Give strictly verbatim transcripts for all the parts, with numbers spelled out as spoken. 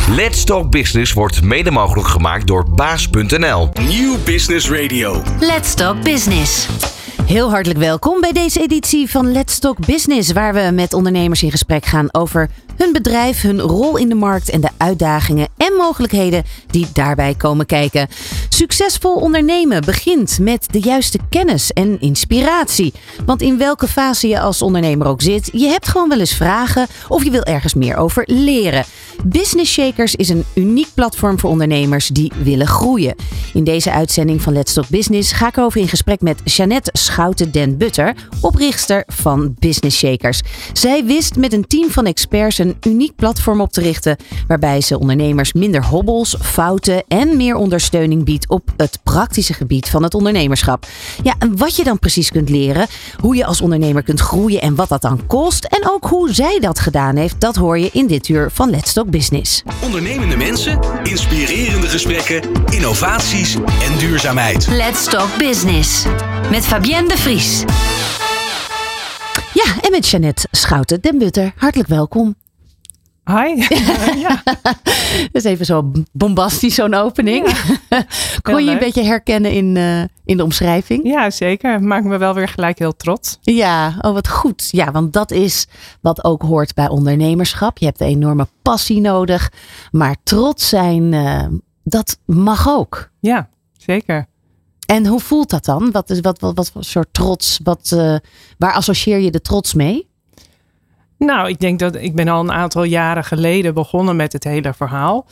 Let's Talk Business wordt mede mogelijk gemaakt door baas punt n l. Nieuw Business Radio. Let's Talk Business. Heel hartelijk welkom bij deze editie van Let's Talk Business, waar we met ondernemers in gesprek gaan over hun bedrijf, hun rol in de markt en de uitdagingen en mogelijkheden die daarbij komen kijken. Succesvol ondernemen begint met de juiste kennis en inspiratie. Want in welke fase je als ondernemer ook zit, je hebt gewoon wel eens vragen of je wil ergens meer over leren. Business Shakers is een uniek platform voor ondernemers die willen groeien. In deze uitzending van Let's Talk Business ga ik over in gesprek met Jeannette Schouten den Butter, oprichter van Business Shakers. Zij wist met een team van experts een uniek platform op te richten, waarbij ze ondernemers minder hobbels, fouten en meer ondersteuning biedt op het praktische gebied van het ondernemerschap. Ja, en wat je dan precies kunt leren, hoe je als ondernemer kunt groeien en wat dat dan kost en ook hoe zij dat gedaan heeft, dat hoor je in dit uur van Let's Talk Business. Ondernemende mensen, inspirerende gesprekken, innovaties en duurzaamheid. Let's Talk Business met Fabienne de Vries. Ja, en met Jeannette Schouten den Butter. Hartelijk welkom. Hi. Ja. Dat is even zo bombastisch, zo'n opening. Ja. Kon je je een beetje herkennen in, uh, in de omschrijving? Ja, zeker. Maakt me wel weer gelijk heel trots. Ja, oh wat goed. Ja, want dat is wat ook hoort bij ondernemerschap. Je hebt een enorme passie nodig. Maar trots zijn, uh, dat mag ook. Ja, zeker. En hoe voelt dat dan? Wat is wat, wat, wat voor soort trots? Wat, uh, waar associeer je de trots mee? Nou, ik denk dat ik ben al een aantal jaren geleden begonnen met het hele verhaal.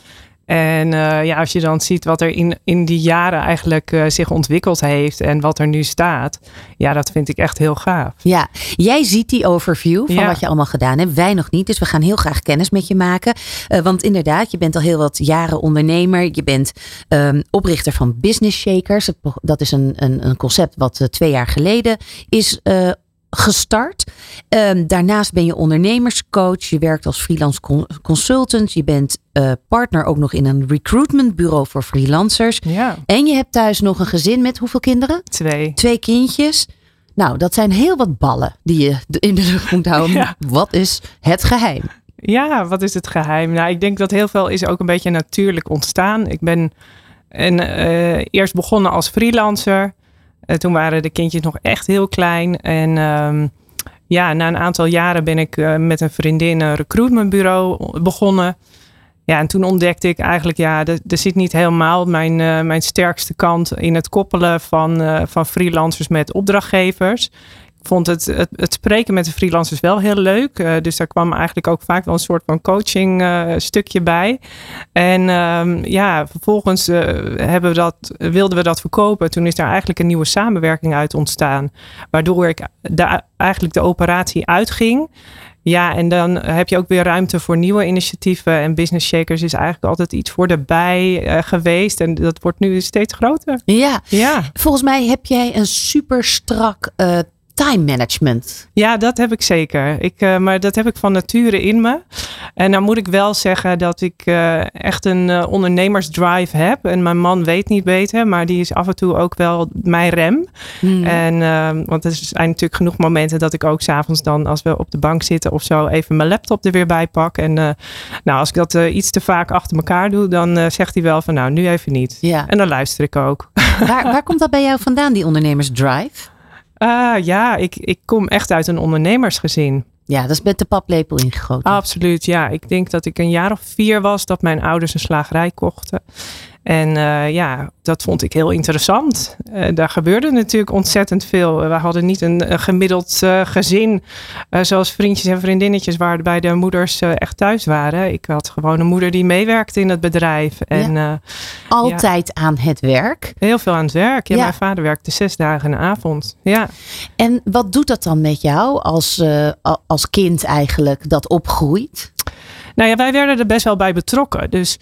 En uh, ja, als je dan ziet wat er in, in die jaren eigenlijk uh, zich ontwikkeld heeft en wat er nu staat. Ja, dat vind ik echt heel gaaf. Ja, jij ziet die overview van ja. wat je allemaal gedaan hebt. Wij nog niet, dus we gaan heel graag kennis met je maken. Uh, want inderdaad, je bent al heel wat jaren ondernemer. Je bent um, oprichter van Business Shakers. Dat is een, een, een concept wat uh, twee jaar geleden is uh, gestart. Um, daarnaast ben je ondernemerscoach. Je werkt als freelance consultant. Je bent uh, partner ook nog in een recruitmentbureau voor freelancers. Ja. En je hebt thuis nog een gezin met hoeveel kinderen? Twee. Twee kindjes. Nou, dat zijn heel wat ballen die je in de lucht moet houden. Ja. Wat is het geheim? Ja, wat is het geheim? Nou, ik denk dat heel veel is ook een beetje natuurlijk ontstaan. Ik ben en, uh, eerst begonnen als freelancer. Uh, toen waren de kindjes nog echt heel klein. En um, ja, na een aantal jaren ben ik uh, met een vriendin een recruitmentbureau begonnen. Ja, en toen ontdekte ik eigenlijk, ja, er zit niet helemaal mijn, uh, mijn sterkste kant in het koppelen van, uh, van freelancers met opdrachtgevers. Ik vond het, het, het spreken met de freelancers wel heel leuk. Uh, dus daar kwam eigenlijk ook vaak wel een soort van coaching uh, stukje bij. En um, ja, vervolgens uh, hebben we dat, wilden we dat verkopen. Toen is daar eigenlijk een nieuwe samenwerking uit ontstaan. Waardoor ik de, eigenlijk de operatie uitging. Ja, en dan heb je ook weer ruimte voor nieuwe initiatieven. En Business Shakers is eigenlijk altijd iets voor de bij uh, geweest. En dat wordt nu steeds groter. Ja, ja. Volgens mij heb jij een super strak uh, time management. Ja, dat heb ik zeker. Ik, uh, maar dat heb ik van nature in me. En nou moet ik wel zeggen dat ik uh, echt een uh, ondernemersdrive heb. En mijn man weet niet beter, maar die is af en toe ook wel mijn rem. Hmm. En, uh, want er zijn natuurlijk genoeg momenten dat ik ook 's avonds dan, als we op de bank zitten of zo, even mijn laptop er weer bij pak. En uh, nou, als ik dat uh, iets te vaak achter elkaar doe, dan uh, zegt hij wel van nou, nu even niet. Ja. En dan luister ik ook. Waar, waar komt dat bij jou vandaan, die ondernemersdrive? Uh, ja, ik, ik kom echt uit een ondernemersgezin. Ja, dat is met de paplepel ingegoten. Absoluut, ja. Ik denk dat ik een jaar of vier was dat mijn ouders een slagerij kochten. En uh, ja, dat vond ik heel interessant. Uh, daar gebeurde natuurlijk ontzettend veel. We hadden niet een, een gemiddeld uh, gezin uh, zoals vriendjes en vriendinnetjes waarbij de moeders uh, echt thuis waren. Ik had gewoon een moeder die meewerkte in het bedrijf. En, ja. uh, Altijd ja. aan het werk? Heel veel aan het werk. Ja, ja. Mijn vader werkte zes dagen in de avond. Ja. En wat doet dat dan met jou als, uh, als kind eigenlijk dat opgroeit? Nou ja, wij werden er best wel bij betrokken. Dus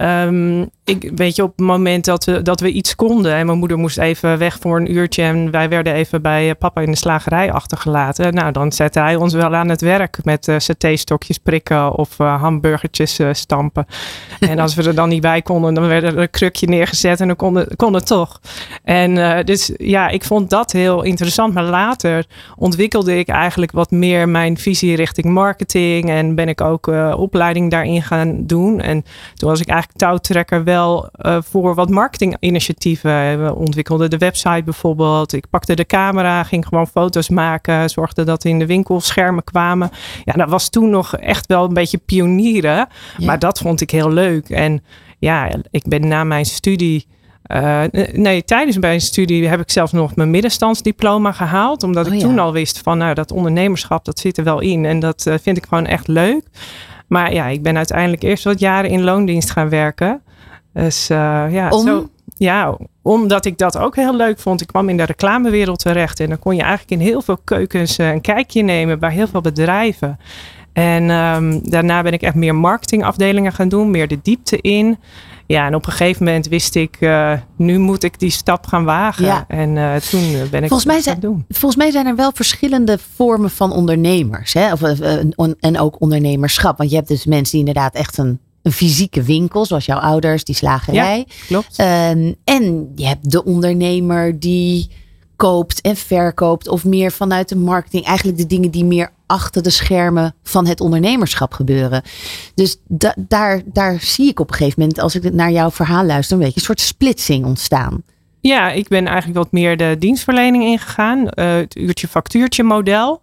um, ik weet je, op het moment dat we, dat we iets konden en mijn moeder moest even weg voor een uurtje en wij werden even bij papa in de slagerij achtergelaten. Nou, dan zette hij ons wel aan het werk met uh, satéstokjes prikken of uh, hamburgertjes uh, stampen. En als we er dan niet bij konden, dan werd er een krukje neergezet en dan kon het, kon het toch. En uh, dus ja, ik vond dat heel interessant. Maar later ontwikkelde ik eigenlijk wat meer mijn visie richting marketing en ben ik ook uh, uh, opleiding daarin gaan doen. En toen was ik eigenlijk touwtrekker wel uh, voor wat marketinginitiatieven. We ontwikkelden de website bijvoorbeeld. Ik pakte de camera, ging gewoon foto's maken. Zorgde dat in de winkel schermen kwamen. Ja, dat was toen nog echt wel een beetje pionieren. Ja. Maar dat vond ik heel leuk. En ja, ik ben na mijn studie... Uh, nee, tijdens mijn studie heb ik zelfs nog mijn middenstandsdiploma gehaald. Omdat ik oh, ja. toen al wist van nou, dat ondernemerschap, dat zit er wel in. En dat uh, vind ik gewoon echt leuk. Maar ja, ik ben uiteindelijk eerst wat jaren in loondienst gaan werken. Dus uh, ja, Om? Zo, ja, omdat ik dat ook heel leuk vond. Ik kwam in de reclamewereld terecht. En dan kon je eigenlijk in heel veel keukens uh, een kijkje nemen bij heel veel bedrijven. En um, daarna ben ik echt meer marketingafdelingen gaan doen. Meer de diepte in. Ja, en op een gegeven moment wist ik, uh, nu moet ik die stap gaan wagen. Ja. En uh, toen ben ik volgens mij het zijn, gaan doen. Volgens mij zijn er wel verschillende vormen van ondernemers. Hè? Of, uh, on, en ook ondernemerschap. Want je hebt dus mensen die inderdaad echt een, een fysieke winkel. Zoals jouw ouders, die slagerij. Ja, klopt. Um, en je hebt de ondernemer die koopt en verkoopt. Of meer vanuit de marketing. Eigenlijk de dingen die meer achter de schermen van het ondernemerschap gebeuren. Dus da- daar, daar zie ik op een gegeven moment, als ik naar jouw verhaal luister, een beetje een soort splitsing ontstaan. Ja, ik ben eigenlijk wat meer de dienstverlening ingegaan. Uh, het uurtje-factuurtje model.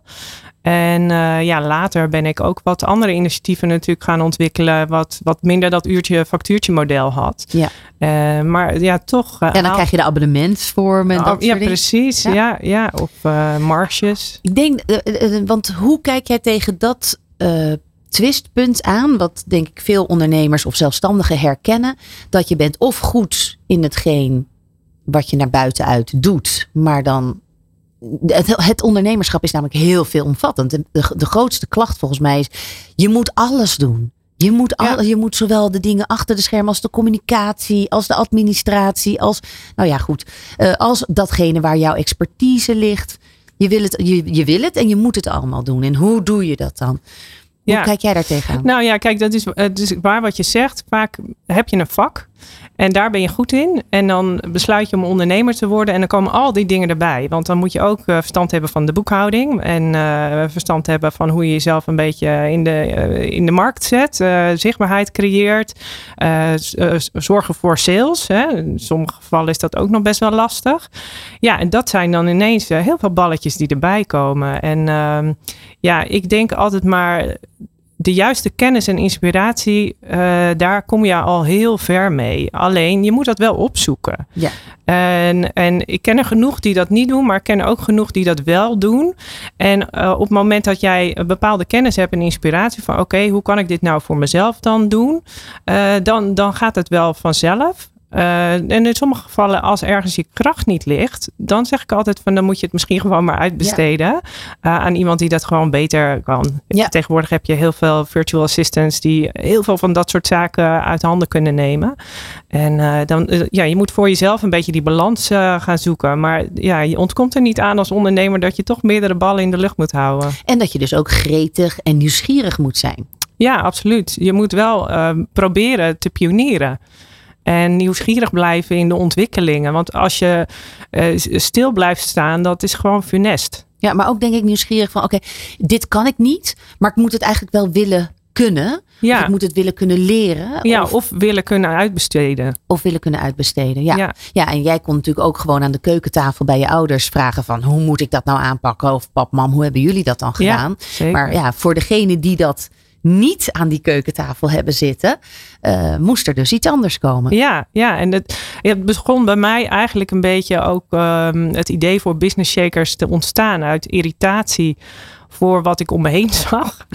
En uh, ja, later ben ik ook wat andere initiatieven natuurlijk gaan ontwikkelen. Wat, wat minder dat uurtje-factuurtje model had. Ja. Uh, maar ja, toch. Uh, ja, dan haal... krijg je de abonnementsvormen en dat oh, soort ja, dingen. Precies. Ja, ja, ja. Of uh, marges. Ik denk, uh, uh, want hoe kijk jij tegen dat uh, twistpunt aan? Wat denk ik veel ondernemers of zelfstandigen herkennen. Dat je bent of goed in hetgeen wat je naar buiten uit doet. Maar dan... Het, het ondernemerschap is namelijk heel veelomvattend. De, de, de grootste klacht volgens mij is, je moet alles doen. Je moet, al, ja. je moet zowel de dingen achter de schermen als de communicatie, als de administratie, als, nou ja goed, uh, als datgene waar jouw expertise ligt. Je wil, het, je, je wil het en je moet het allemaal doen. En hoe doe je dat dan? Hoe ja. kijk jij daar tegenaan? Nou ja, kijk, dat is, dat is waar wat je zegt. Vaak heb je een vak en daar ben je goed in. En dan besluit je om ondernemer te worden. En dan komen al die dingen erbij. Want dan moet je ook uh, verstand hebben van de boekhouding. En uh, verstand hebben van hoe je jezelf een beetje in de, uh, in de markt zet. Uh, zichtbaarheid creëert. Uh, uh, zorgen voor sales. Hè. In sommige gevallen is dat ook nog best wel lastig. Ja, en dat zijn dan ineens uh, heel veel balletjes die erbij komen. En uh, ja, ik denk altijd maar... De juiste kennis en inspiratie, uh, daar kom je al heel ver mee. Alleen, je moet dat wel opzoeken. Ja. En, en ik ken er genoeg die dat niet doen, maar ik ken er ook genoeg die dat wel doen. En uh, op het moment dat jij een bepaalde kennis hebt en inspiratie van... oké, okay, hoe kan ik dit nou voor mezelf dan doen? Uh, dan, dan gaat het wel vanzelf. Uh, en in sommige gevallen, als ergens je kracht niet ligt, dan zeg ik altijd van, dan moet je het misschien gewoon maar uitbesteden. Ja. Uh, aan iemand die dat gewoon beter kan. Ja. Tegenwoordig heb je heel veel virtual assistants die heel veel van dat soort zaken uit handen kunnen nemen. En uh, dan, uh, ja, je moet voor jezelf een beetje die balans uh, gaan zoeken. Maar ja, je ontkomt er niet aan als ondernemer dat je toch meerdere ballen in de lucht moet houden. En dat je dus ook gretig en nieuwsgierig moet zijn. Ja, absoluut. Je moet wel uh, proberen te pionieren. En nieuwsgierig blijven in de ontwikkelingen. Want als je uh, stil blijft staan, dat is gewoon funest. Ja, maar ook denk ik nieuwsgierig van... oké, okay, dit kan ik niet, maar ik moet het eigenlijk wel willen kunnen. Ja. Of ik moet het willen kunnen leren. Ja, of, of willen kunnen uitbesteden. Of willen kunnen uitbesteden, ja. ja. Ja, en jij kon natuurlijk ook gewoon aan de keukentafel bij je ouders vragen van... hoe moet ik dat nou aanpakken? Of pap, mam, hoe hebben jullie dat dan gedaan? Ja, zeker. Maar ja, voor degene die dat... niet aan die keukentafel hebben zitten, uh, moest er dus iets anders komen. Ja, ja en het, het begon bij mij eigenlijk een beetje ook um, het idee voor Business Shakers te ontstaan uit irritatie voor wat ik om me heen zag.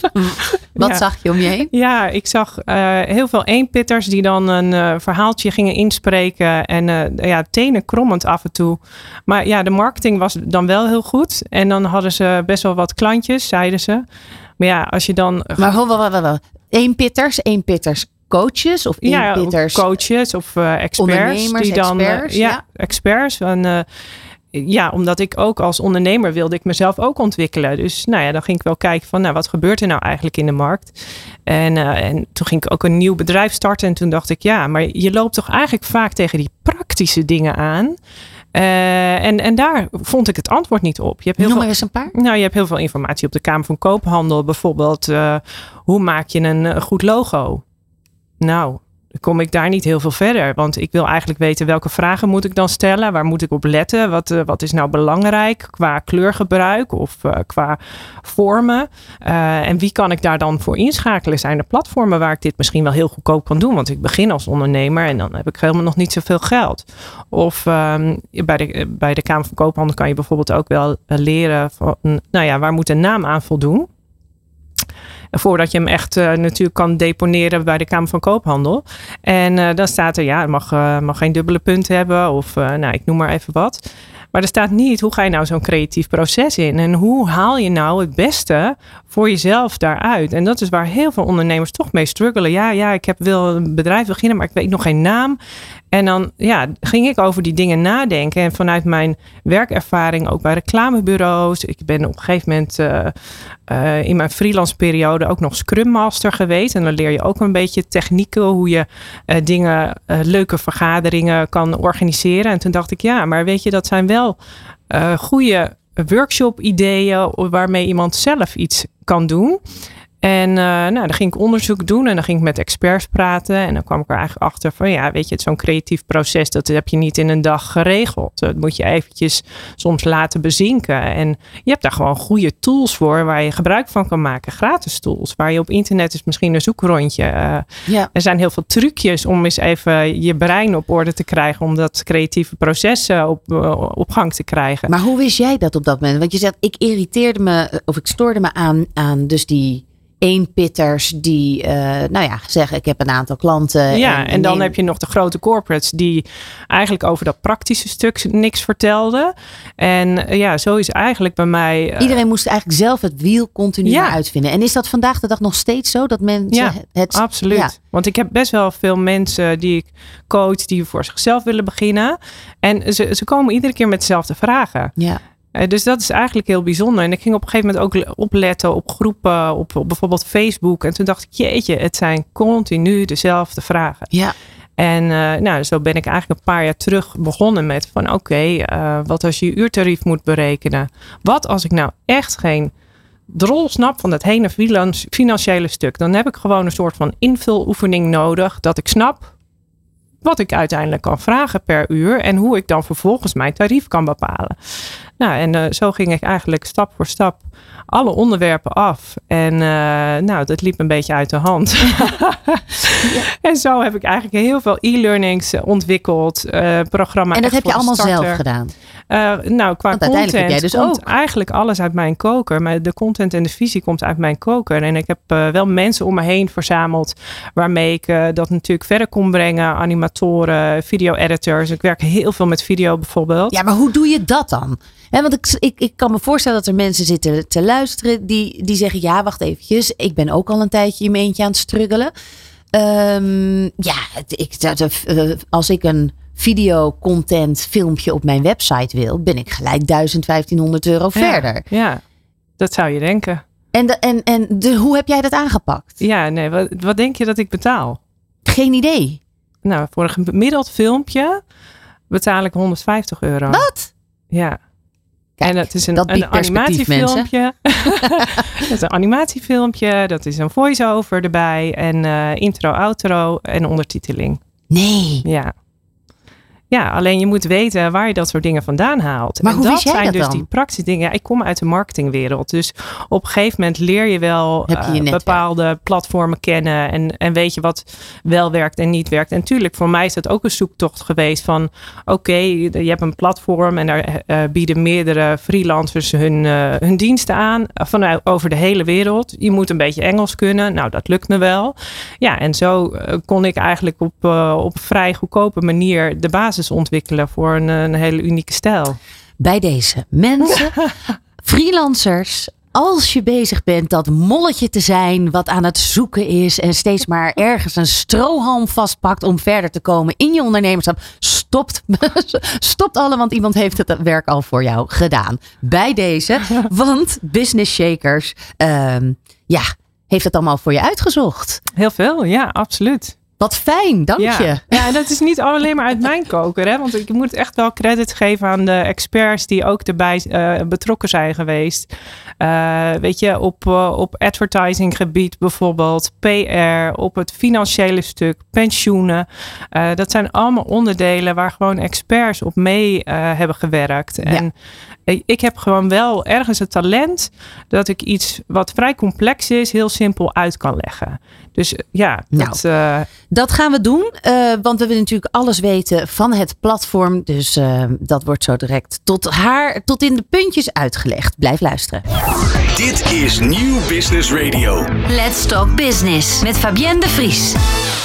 Wat ja. zag je om je heen? Ja, ik zag uh, heel veel eenpitters die dan een uh, verhaaltje gingen inspreken en uh, ja, tenen krommend af en toe. Maar ja, de marketing was dan wel heel goed en dan hadden ze best wel wat klantjes, zeiden ze. Maar ja, als je dan... Maar ho, ho, ho, ho. Eenpitters, eenpitters coaches of eenpitters... Ja, coaches of uh, experts. Die dan, experts, uh, ja, ja, experts. En, uh, ja, omdat ik ook als ondernemer wilde ik mezelf ook ontwikkelen. Dus nou ja, dan ging ik wel kijken van, nou, wat gebeurt er nou eigenlijk in de markt? En, uh, en toen ging ik ook een nieuw bedrijf starten. En toen dacht ik, ja, maar je loopt toch eigenlijk vaak tegen die praktische dingen aan... Uh, en, en daar vond ik het antwoord niet op. Je hebt heel Noem veel, maar eens een paar. Nou, je hebt heel veel informatie op de Kamer van Koophandel. Bijvoorbeeld, uh, hoe maak je een uh, goed logo? Nou, kom ik daar niet heel veel verder. Want ik wil eigenlijk weten welke vragen moet ik dan stellen. Waar moet ik op letten? Wat, uh, wat is nou belangrijk qua kleurgebruik of uh, qua vormen? Uh, en wie kan ik daar dan voor inschakelen? Zijn er platformen waar ik dit misschien wel heel goedkoop kan doen? Want ik begin als ondernemer en dan heb ik helemaal nog niet zoveel geld. Of um, bij, de, bij de Kamer van Koophandel kan je bijvoorbeeld ook wel uh, leren van, nou ja, waar moet een naam aan voldoen? Voordat je hem echt uh, natuurlijk kan deponeren bij de Kamer van Koophandel. En uh, dan staat er, ja, het mag, uh, mag geen dubbele punten hebben. Of uh, nou, ik noem maar even wat. Maar er staat niet, hoe ga je nou zo'n creatief proces in? En hoe haal je nou het beste voor jezelf daaruit? En dat is waar heel veel ondernemers toch mee struggelen. Ja, ja, ik heb, wil een bedrijf beginnen, maar ik weet nog geen naam. En dan ja, ging ik over die dingen nadenken. En vanuit mijn werkervaring ook bij reclamebureaus. Ik ben op een gegeven moment uh, uh, in mijn freelance periode ook nog Scrum Master geweest. En dan leer je ook een beetje technieken. Hoe je uh, dingen, uh, leuke vergaderingen kan organiseren. En toen dacht ik, ja, maar weet je, dat zijn wel uh, goede workshop ideeën waarmee iemand zelf iets kan doen. En uh, nou, dan ging ik onderzoek doen en dan ging ik met experts praten. En dan kwam ik er eigenlijk achter van, ja, weet je, zo'n creatief proces, dat heb je niet in een dag geregeld. Dat moet je eventjes soms laten bezinken. En je hebt daar gewoon goede tools voor waar je gebruik van kan maken. Gratis tools, waar je op internet is misschien een zoekrondje. Uh, ja. Er zijn heel veel trucjes om eens even je brein op orde te krijgen. Om dat creatieve proces uh, op, uh, op gang te krijgen. Maar hoe wist jij dat op dat moment? Want je zegt, ik irriteerde me, of ik stoorde me aan, aan dus die eenpitters die, uh, nou ja, zeggen ik heb een aantal klanten. Ja, en, en, en dan neem... heb je nog de grote corporates die eigenlijk over dat praktische stuk niks vertelden. En uh, ja, zo is eigenlijk bij mij... Uh... Iedereen moest eigenlijk zelf het wiel continu ja. uitvinden. En is dat vandaag de dag nog steeds zo? Dat mensen ja, het... absoluut. Ja. Want ik heb best wel veel mensen die ik coach die voor zichzelf willen beginnen. En ze, ze komen iedere keer met dezelfde vragen. Ja. Dus dat is eigenlijk heel bijzonder. En ik ging op een gegeven moment ook opletten op groepen, op, op bijvoorbeeld Facebook. En toen dacht ik, jeetje, het zijn continu dezelfde vragen. Ja. En uh, nou, zo ben ik eigenlijk een paar jaar terug begonnen met van oké, okay, uh, wat als je je uurtarief moet berekenen? Wat als ik nou echt geen drol snap van dat hele financiële stuk? Dan heb ik gewoon een soort van invuloefening nodig dat ik snap wat ik uiteindelijk kan vragen per uur en hoe ik dan vervolgens mijn tarief kan bepalen. Nou, en uh, zo ging ik eigenlijk stap voor stap alle onderwerpen af. En uh, nou, dat liep een beetje uit de hand. Ja. En zo heb ik eigenlijk heel veel e-learnings ontwikkeld. Uh, programma en dat heb je allemaal starter. zelf gedaan? Uh, nou, qua content heb jij dus komt ook. eigenlijk alles uit mijn koker. Maar de content en de visie komt uit mijn koker. En ik heb uh, wel mensen om me heen verzameld waarmee ik uh, dat natuurlijk verder kon brengen. Animatoren, video-editors. Ik werk heel veel met video bijvoorbeeld. Ja, maar hoe doe je dat dan? He, want ik, ik, ik kan me voorstellen dat er mensen zitten te luisteren die, die zeggen, ja, wacht eventjes. Ik ben ook al een tijdje in mijn eentje aan het struggelen. Um, ja, ik, als ik een videocontent filmpje op mijn website wil, ben ik gelijk duizend, vijftienhonderd euro ja, verder. Ja, dat zou je denken. En, de, en, en de, hoe heb jij dat aangepakt? Ja, nee, wat, wat denk je dat ik betaal? Geen idee. Nou, voor een gemiddeld filmpje betaal ik honderdvijftig euro. Wat? Ja. Kijk, en het is een, dat een animatiefilmpje. Dat is een animatiefilmpje. Dat is een voice-over erbij. En uh, intro, outro en ondertiteling. Nee. Ja. Ja, alleen je moet weten waar je dat soort dingen vandaan haalt. Maar en hoe dat wist jij zijn dat dus dan? die praktische dingen. Ja, ik kom uit de marketingwereld. Dus op een gegeven moment leer je wel Heb je je uh, bepaalde platformen kennen. En, en weet je wat wel werkt en niet werkt. En natuurlijk, voor mij is dat ook een zoektocht geweest van oké, okay, je hebt een platform en daar uh, bieden meerdere freelancers hun, uh, hun diensten aan. Vanuit over de hele wereld. Je moet een beetje Engels kunnen. Nou, dat lukt me wel. Ja, en zo uh, kon ik eigenlijk op, uh, op vrij goedkope manier de basis ontwikkelen voor een, een hele unieke stijl. Bij deze mensen, freelancers, als je bezig bent dat molletje te zijn wat aan het zoeken is en steeds maar ergens een strohalm vastpakt om verder te komen in je ondernemerschap, stopt, stopt alle, want iemand heeft het werk al voor jou gedaan. Bij deze, want Business Shakers, um, ja, heeft het allemaal voor je uitgezocht. Heel veel, ja, absoluut. Wat fijn, dank ja. je. Ja, en dat is niet alleen maar uit mijn koker. Hè? Want ik moet echt wel credit geven aan de experts die ook erbij uh, betrokken zijn geweest. Uh, weet je, op, uh, op advertising gebied bijvoorbeeld, P R, op het financiële stuk, pensioenen. Uh, dat zijn allemaal onderdelen waar gewoon experts op mee uh, hebben gewerkt. En ja. ik heb gewoon wel ergens het talent dat ik iets wat vrij complex is, heel simpel uit kan leggen. Dus ja, nou, dat, uh, dat gaan we doen. Uh, want we willen natuurlijk alles weten van het platform. Dus uh, dat wordt zo direct tot haar, tot in de puntjes uitgelegd. Blijf luisteren. Dit is Nieuw Business Radio. Let's Talk Business met Fabienne de Vries.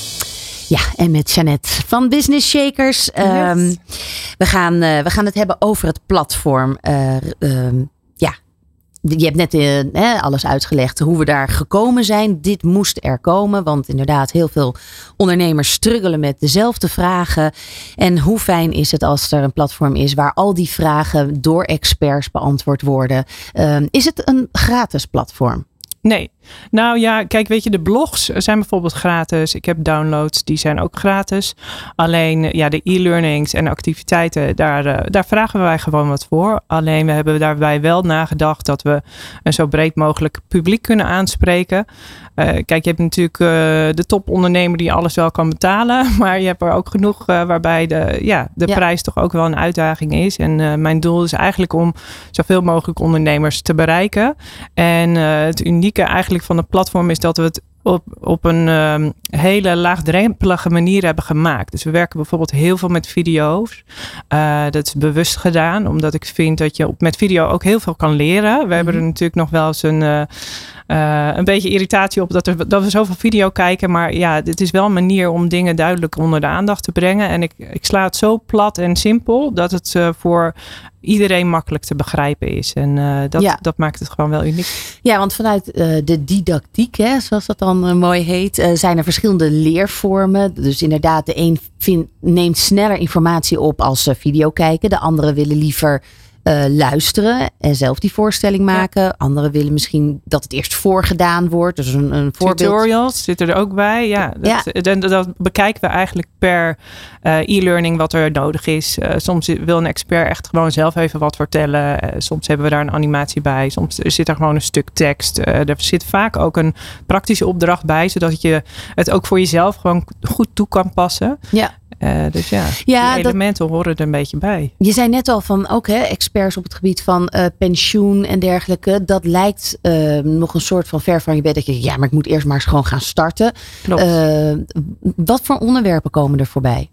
Ja, en met Jeannette van Business Shakers. Yes. Um, we, gaan, uh, we gaan het hebben over het platform. Uh, uh, ja. Je hebt net uh, hè, alles uitgelegd hoe we daar gekomen zijn. Dit moest er komen, want inderdaad heel veel ondernemers struggelen met dezelfde vragen. En hoe fijn is het als er een platform is waar al die vragen door experts beantwoord worden. Uh, is het een gratis platform? Nee. Nou ja, kijk, weet je, de blogs zijn bijvoorbeeld gratis. Ik heb downloads, die zijn ook gratis. Alleen ja, de e-learnings en activiteiten, daar, uh, daar vragen wij gewoon wat voor. Alleen we hebben daarbij wel nagedacht dat we een zo breed mogelijk publiek kunnen aanspreken. Uh, kijk, je hebt natuurlijk uh, de topondernemer die alles wel kan betalen. Maar je hebt er ook genoeg uh, waarbij de, ja, de ja. prijs toch ook wel een uitdaging is. En uh, mijn doel is eigenlijk om zoveel mogelijk ondernemers te bereiken. En uh, het unieke eigenlijk van het platform is dat we het op, op een um, hele laagdrempelige manier hebben gemaakt. Dus we werken bijvoorbeeld heel veel met video's. Uh, dat is bewust gedaan, omdat ik vind dat je op, met video ook heel veel kan leren. We mm-hmm. hebben er natuurlijk nog wel eens een, uh, uh, een beetje irritatie op dat, er, dat we zoveel video kijken. Maar ja, dit is wel een manier om dingen duidelijk onder de aandacht te brengen. En ik, ik sla het zo plat en simpel dat het uh, voor iedereen makkelijk te begrijpen is. En uh, dat, ja. dat maakt het gewoon wel uniek. Ja, want vanuit uh, de didactiek, hè, zoals dat dan uh, mooi heet, uh, zijn er verschillende leervormen. Dus inderdaad, de een vind, neemt sneller informatie op als uh, video kijken. De anderen willen liever uh, luisteren en zelf die voorstelling maken. Ja. Anderen willen misschien dat het eerst voorgedaan wordt. Dus een, een voorbeeld. Tutorials zitten er ook bij. Ja, dat, ja. dat, dat bekijken we eigenlijk per uh, e-learning wat er nodig is. Uh, soms wil een expert echt gewoon zelf even wat vertellen. Uh, soms hebben we daar een animatie bij. Soms zit er gewoon een stuk tekst. Uh, er zit vaak ook een praktische opdracht bij, zodat je het ook voor jezelf gewoon goed toe kan passen. Ja. Uh, dus ja, ja die elementen dat, horen er een beetje bij. Je zei net al van ook hè, experts op het gebied van uh, pensioen en dergelijke. Dat lijkt uh, nog een soort van ver van je bed. Dat je ja, maar ik moet eerst maar eens gewoon gaan starten. Klopt. Uh, wat voor onderwerpen komen er voorbij?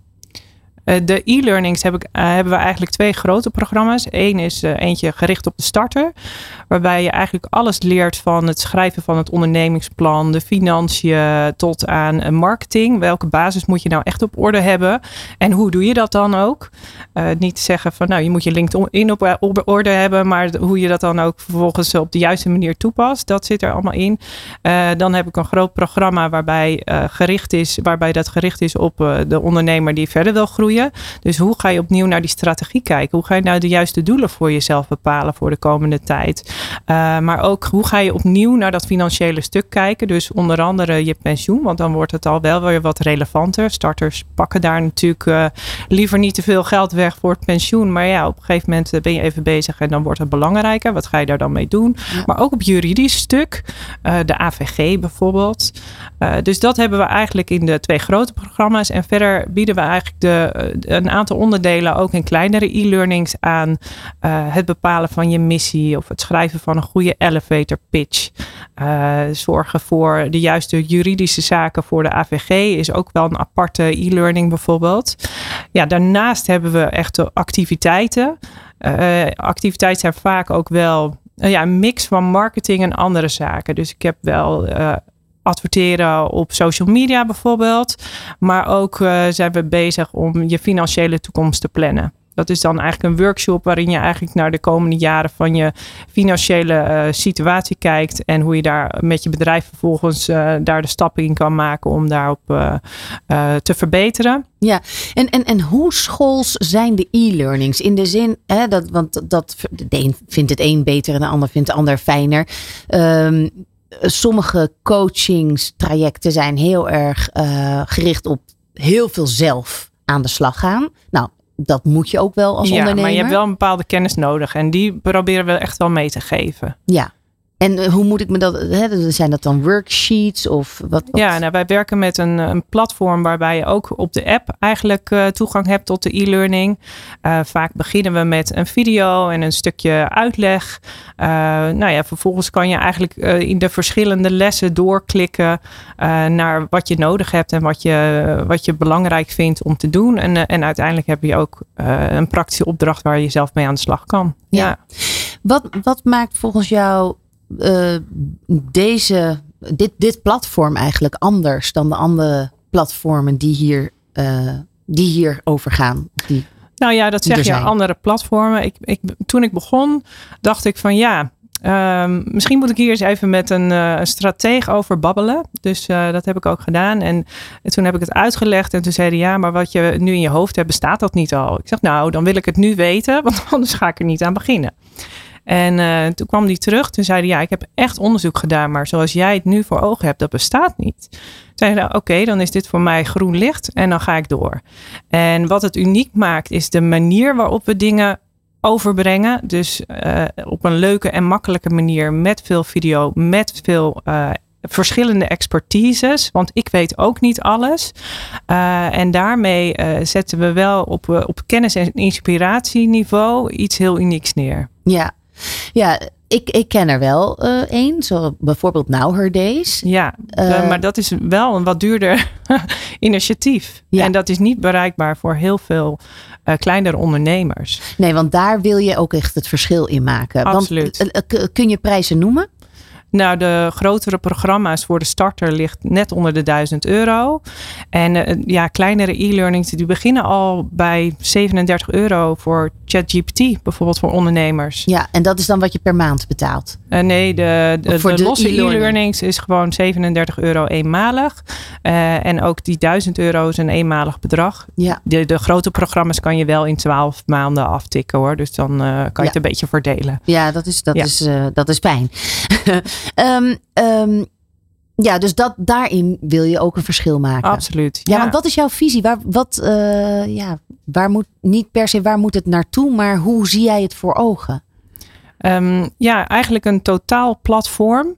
De e-learnings heb ik, uh, hebben we eigenlijk twee grote programma's. Eén is uh, eentje gericht op de starter. Waarbij je eigenlijk alles leert van het schrijven van het ondernemingsplan. De financiën tot aan uh, marketing. Welke basis moet je nou echt op orde hebben? En hoe doe je dat dan ook? Uh, niet zeggen van nou je moet je LinkedIn op, op orde hebben. Maar hoe je dat dan ook vervolgens op de juiste manier toepast. Dat zit er allemaal in. Uh, dan heb ik een groot programma waarbij, uh, gericht is, waarbij dat gericht is op uh, de ondernemer die verder wil groeien. Dus hoe ga je opnieuw naar die strategie kijken? Hoe ga je nou de juiste doelen voor jezelf bepalen voor de komende tijd? Uh, maar ook hoe ga je opnieuw naar dat financiële stuk kijken? Dus onder andere je pensioen, want dan wordt het al wel weer wat relevanter. Starters pakken daar natuurlijk uh, liever niet te veel geld weg voor het pensioen. Maar ja, op een gegeven moment ben je even bezig en dan wordt het belangrijker. Wat ga je daar dan mee doen? Ja. Maar ook op juridisch stuk, uh, de A V G bijvoorbeeld. Uh, dus dat hebben we eigenlijk in de twee grote programma's. En verder bieden we eigenlijk de een aantal onderdelen ook in kleinere e-learnings aan. Uh, het bepalen van je missie of het schrijven van een goede elevator pitch. Uh, zorgen voor de juiste juridische zaken voor de A V G is ook wel een aparte e-learning bijvoorbeeld. Ja, daarnaast hebben we echte activiteiten. Uh, activiteiten zijn vaak ook wel uh, ja, een mix van marketing en andere zaken. Dus ik heb wel Uh, adverteren op social media bijvoorbeeld. Maar ook uh, zijn we bezig om je financiële toekomst te plannen. Dat is dan eigenlijk een workshop waarin je eigenlijk naar de komende jaren van je financiële uh, situatie kijkt. En hoe je daar met je bedrijf vervolgens uh, daar de stappen in kan maken om daarop uh, uh, te verbeteren. Ja, en, en, en hoe schools zijn de e-learnings? In de zin, hè, dat, want dat, de een vindt het een beter en de ander vindt de ander fijner. Um, sommige coachingstrajecten zijn heel erg uh, gericht op heel veel zelf aan de slag gaan. Nou, dat moet je ook wel als ja, ondernemer. Maar je hebt wel een bepaalde kennis nodig. En die proberen we echt wel mee te geven. Ja. En hoe moet ik me dat... Hè, zijn dat dan worksheets of wat? wat? Ja, nou, wij werken met een, een platform waarbij je ook op de app eigenlijk uh, toegang hebt tot de e-learning. Uh, vaak beginnen we met een video en een stukje uitleg. Uh, nou ja, vervolgens kan je eigenlijk uh, in de verschillende lessen doorklikken uh, naar wat je nodig hebt en wat je, wat je belangrijk vindt om te doen. En, uh, en uiteindelijk heb je ook uh, een praktische opdracht waar je zelf mee aan de slag kan. Ja. Ja. Wat, wat maakt volgens jou Uh, deze, dit, dit platform eigenlijk anders dan de andere platformen die hier, uh, die hier over gaan? Die, nou ja, dat zeg je, andere platformen. Ik, ik, toen ik begon, dacht ik van ja, um, misschien moet ik hier eens even met een, uh, een strateeg over babbelen. Dus uh, dat heb ik ook gedaan. En, en toen heb ik het uitgelegd en toen zeiden ja, maar wat je nu in je hoofd hebt, bestaat dat niet al? Ik zeg nou, dan wil ik het nu weten, want anders ga ik er niet aan beginnen. En uh, toen kwam die terug. Toen zei hij, ja, ik heb echt onderzoek gedaan. Maar zoals jij het nu voor ogen hebt, dat bestaat niet. Toen zei hij, oké, okay, dan is dit voor mij groen licht. En dan ga ik door. En wat het uniek maakt, is de manier waarop we dingen overbrengen. Dus uh, op een leuke en makkelijke manier. Met veel video, met veel uh, verschillende expertises. Want ik weet ook niet alles. Uh, en daarmee uh, zetten we wel op, uh, op kennis- en inspiratieniveau iets heel unieks neer. Ja. Ja, ik, ik ken er wel uh, één, zo bijvoorbeeld Now Her Days. Ja, uh, uh, maar dat is wel een wat duurder initiatief. Ja. En dat is niet bereikbaar voor heel veel uh, kleinere ondernemers. Nee, want daar wil je ook echt het verschil in maken. Absoluut. Want, uh, kun je prijzen noemen? Nou, de grotere programma's voor de starter ligt net onder de duizend euro. En uh, ja, kleinere e-learnings die beginnen al bij zevenendertig euro voor ChatGPT, bijvoorbeeld voor ondernemers. Ja, en dat is dan wat je per maand betaalt? Uh, nee, de, de, de, de losse e-learning. e-learnings is gewoon zevenendertig euro eenmalig. Uh, en ook die duizend euro is een eenmalig bedrag. Ja. De, de grote programma's kan je wel in twaalf maanden aftikken hoor. Dus dan uh, kan je ja. het een beetje verdelen. Ja, dat is, dat ja. is, uh, dat is fijn. um, um, ja, dus dat, daarin wil je ook een verschil maken. Absoluut. Ja, ja want wat is jouw visie? Waar, wat, uh, ja, waar moet, niet per se waar moet het naartoe, maar hoe zie jij het voor ogen? Um, ja, eigenlijk een totaal platform.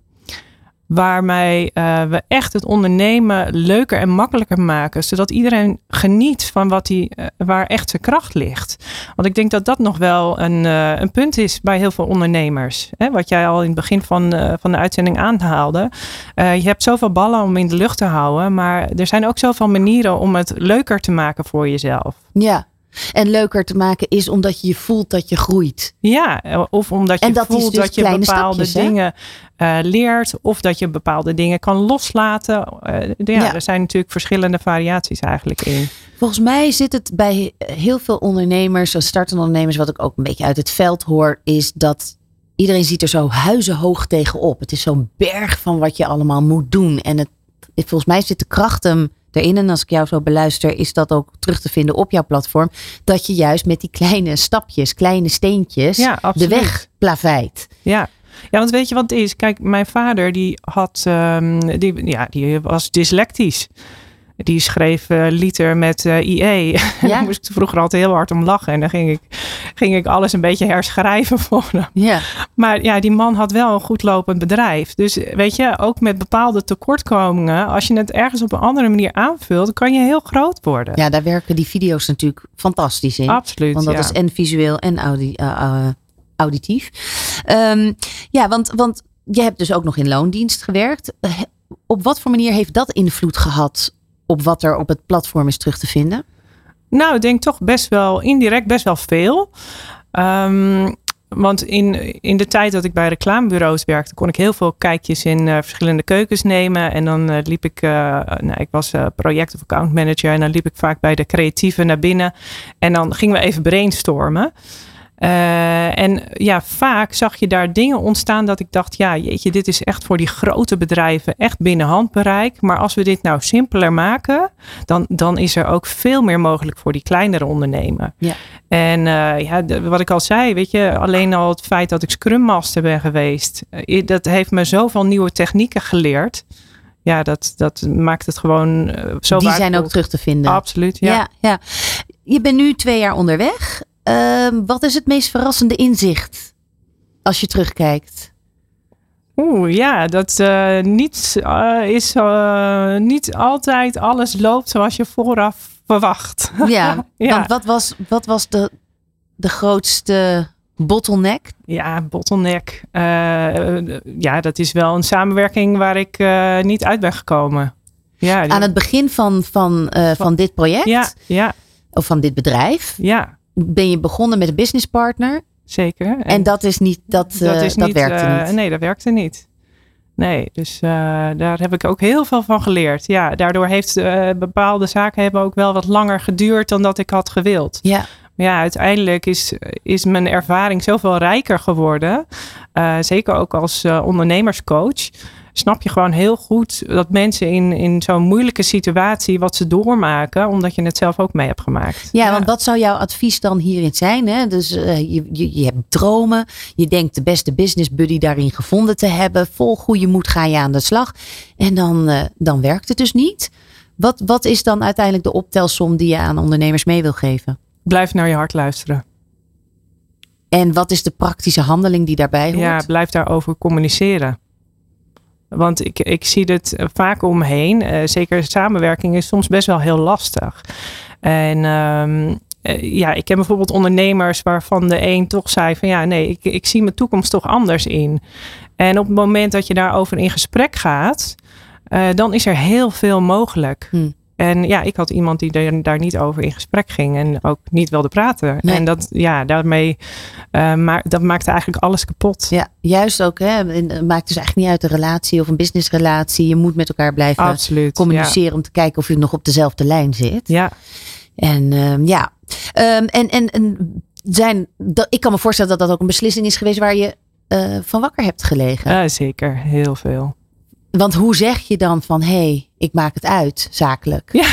Waarmee uh, we echt het ondernemen leuker en makkelijker maken. Zodat iedereen geniet van wat die, uh, waar echt zijn kracht ligt. Want ik denk dat dat nog wel een, uh, een punt is bij heel veel ondernemers. Hè? Wat jij al in het begin van, uh, van de uitzending aanhaalde. Uh, je hebt zoveel ballen om in de lucht te houden. Maar er zijn ook zoveel manieren om het leuker te maken voor jezelf. Ja. En leuker te maken is omdat je voelt dat je groeit. Ja, of omdat je dat voelt dus dat je bepaalde stapjes, dingen uh, leert. Of dat je bepaalde dingen kan loslaten. Uh, ja, ja, er zijn natuurlijk verschillende variaties eigenlijk in. Volgens mij zit het bij heel veel ondernemers, startende ondernemers, wat ik ook een beetje uit het veld hoor, is dat iedereen ziet er zo huizenhoog tegenop. Het is zo'n berg van wat je allemaal moet doen. En het, volgens mij zit de kracht hem erin. En als ik jou zo beluister, is dat ook terug te vinden op jouw platform. Dat je juist met die kleine stapjes, kleine steentjes, ja, de weg plaveit. Ja. Ja, want weet je wat het is? Kijk, mijn vader die had, um, die, ja, die was dyslectisch. Die schreef uh, liter met uh, I E. Ja? Daar moest ik vroeger altijd heel hard om lachen. En dan ging ik, ging ik alles een beetje herschrijven voor hem. Ja. Maar ja, die man had wel een goed lopend bedrijf. Dus weet je, ook met bepaalde tekortkomingen. Als je het ergens op een andere manier aanvult, kan je heel groot worden. Ja, daar werken die video's natuurlijk fantastisch in. Absoluut, Want dat ja. is en visueel en audi, uh, uh, auditief. Um, ja, want, want je hebt dus ook nog in loondienst gewerkt. Uh, op wat voor manier heeft dat invloed gehad op wat er op het platform is terug te vinden? Nou, ik denk toch best wel indirect best wel veel. Um, want in, in de tijd dat ik bij reclamebureaus werkte, kon ik heel veel kijkjes in uh, verschillende keukens nemen. En dan uh, liep ik, uh, nou, ik was uh, project- of account manager. En dan liep ik vaak bij de creatieven naar binnen. En dan gingen we even brainstormen. Uh, en ja, vaak zag je daar dingen ontstaan dat ik dacht, ja, jeetje, dit is echt voor die grote bedrijven echt binnen handbereik. Maar als we dit nou simpeler maken, dan, dan is er ook veel meer mogelijk voor die kleinere ondernemer. Ja. En uh, ja, de, wat ik al zei, weet je, alleen al het feit dat ik Scrum Master ben geweest, uh, dat heeft me zoveel nieuwe technieken geleerd. Ja, dat, dat maakt het gewoon uh, zo waardevol. Die zijn ook terug te vinden. Absoluut, ja. ja, ja. Je bent nu twee jaar onderweg. Uh, wat is het meest verrassende inzicht als je terugkijkt? Oeh, ja, dat uh, niet, uh, is, uh, niet altijd alles loopt zoals je vooraf verwacht. Ja, ja. Want wat was, wat was de, de grootste bottleneck? Ja, bottleneck. Uh, ja, dat is wel een samenwerking waar ik uh, niet uit ben gekomen. Ja, Aan het begin van, van, uh, van, van dit project? Ja, ja. Of van dit bedrijf? Ja. Ben je begonnen met een businesspartner? Zeker. En, en dat is niet, dat, uh, dat, is dat niet, werkte uh, niet? Nee, dat werkte niet. Nee, dus uh, daar heb ik ook heel veel van geleerd. Ja, daardoor heeft uh, bepaalde zaken hebben ook wel wat langer geduurd dan dat ik had gewild. Ja. Maar ja, uiteindelijk is, is mijn ervaring zoveel rijker geworden. Uh, zeker ook als uh, ondernemerscoach. Snap je gewoon heel goed dat mensen in, in zo'n moeilijke situatie wat ze doormaken, omdat je het zelf ook mee hebt gemaakt. Ja, ja. Want wat zou jouw advies dan hierin zijn? Hè? Dus uh, je, je, je hebt dromen. Je denkt de beste business buddy daarin gevonden te hebben. Vol goede moed ga je aan de slag. En dan, uh, dan werkt het dus niet. Wat, wat is dan uiteindelijk de optelsom die je aan ondernemers mee wil geven? Blijf naar je hart luisteren. En wat is de praktische handeling die daarbij hoort? Ja, blijf daarover communiceren. Want ik, ik zie dit vaak om me heen. Uh, zeker samenwerking is soms best wel heel lastig. En um, uh, ja, ik ken bijvoorbeeld ondernemers waarvan de een toch zei van ja, nee, ik, ik zie mijn toekomst toch anders in. En op het moment dat je daarover in gesprek gaat, uh, dan is er heel veel mogelijk. Hmm. En ja, ik had iemand die er, daar niet over in gesprek ging en ook niet wilde praten. Nee. En dat, ja, daarmee, uh, ma- dat maakte eigenlijk alles kapot. Ja, juist ook. Hè? Het maakt dus eigenlijk niet uit een relatie of een businessrelatie. Je moet met elkaar blijven Absoluut, communiceren ja. om te kijken of je nog op dezelfde lijn zit. Ja. En um, ja, um, en, en, en zijn, dat, ik kan me voorstellen dat dat ook een beslissing is geweest waar je uh, van wakker hebt gelegen. Ja, zeker. Heel veel. Want hoe zeg je dan van, hé, hey, ik maak het uit, zakelijk? Ja,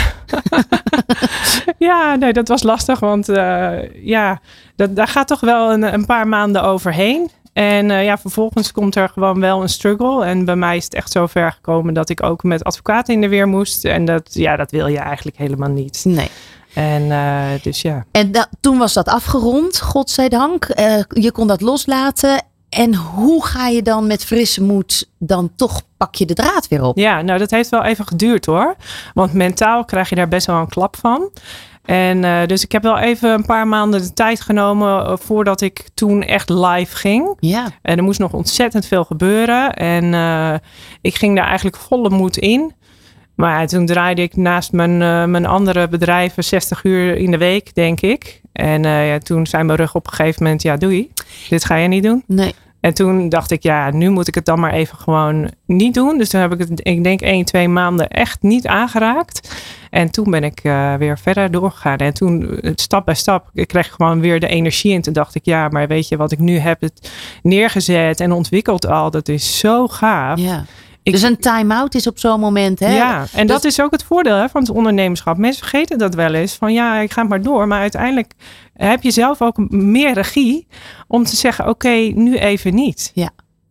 ja nee, dat was lastig. Want uh, ja, dat, daar gaat toch wel een, een paar maanden overheen. En uh, ja, vervolgens komt er gewoon wel een struggle. En bij mij is het echt zo ver gekomen dat ik ook met advocaten in de weer moest. En dat, ja, dat wil je eigenlijk helemaal niet. Nee. En uh, dus ja. En da- toen was dat afgerond, godzijdank. Uh, je kon dat loslaten. En hoe ga je dan met frisse moed dan toch pak je de draad weer op? Ja, nou dat heeft wel even geduurd hoor. Want mentaal krijg je daar best wel een klap van. En uh, dus ik heb wel even een paar maanden de tijd genomen uh, voordat ik toen echt live ging. Ja. En er moest nog ontzettend veel gebeuren. En uh, ik ging daar eigenlijk volle moed in. Maar ja, toen draaide ik naast mijn, uh, mijn andere bedrijven zestig uur in de week, denk ik. En uh, ja, toen zei mijn rug op een gegeven moment, ja doei, dit ga je niet doen. Nee. En toen dacht ik, ja, nu moet ik het dan maar even gewoon niet doen. Dus toen heb ik het, ik denk één, twee maanden echt niet aangeraakt. En toen ben ik uh, weer verder doorgegaan. En toen, stap bij stap, ik kreeg gewoon weer de energie. En toen dacht ik, ja, maar weet je wat ik nu heb het neergezet en ontwikkeld al. Dat is zo gaaf. Ja. Ik, dus een time-out is op zo'n moment. Hè? Ja, en dus, dat is ook het voordeel hè, van het ondernemerschap. Mensen vergeten dat wel eens. Van ja, ik ga maar door. Maar uiteindelijk heb je zelf ook meer regie om te zeggen, oké, okay, nu even niet. Ja.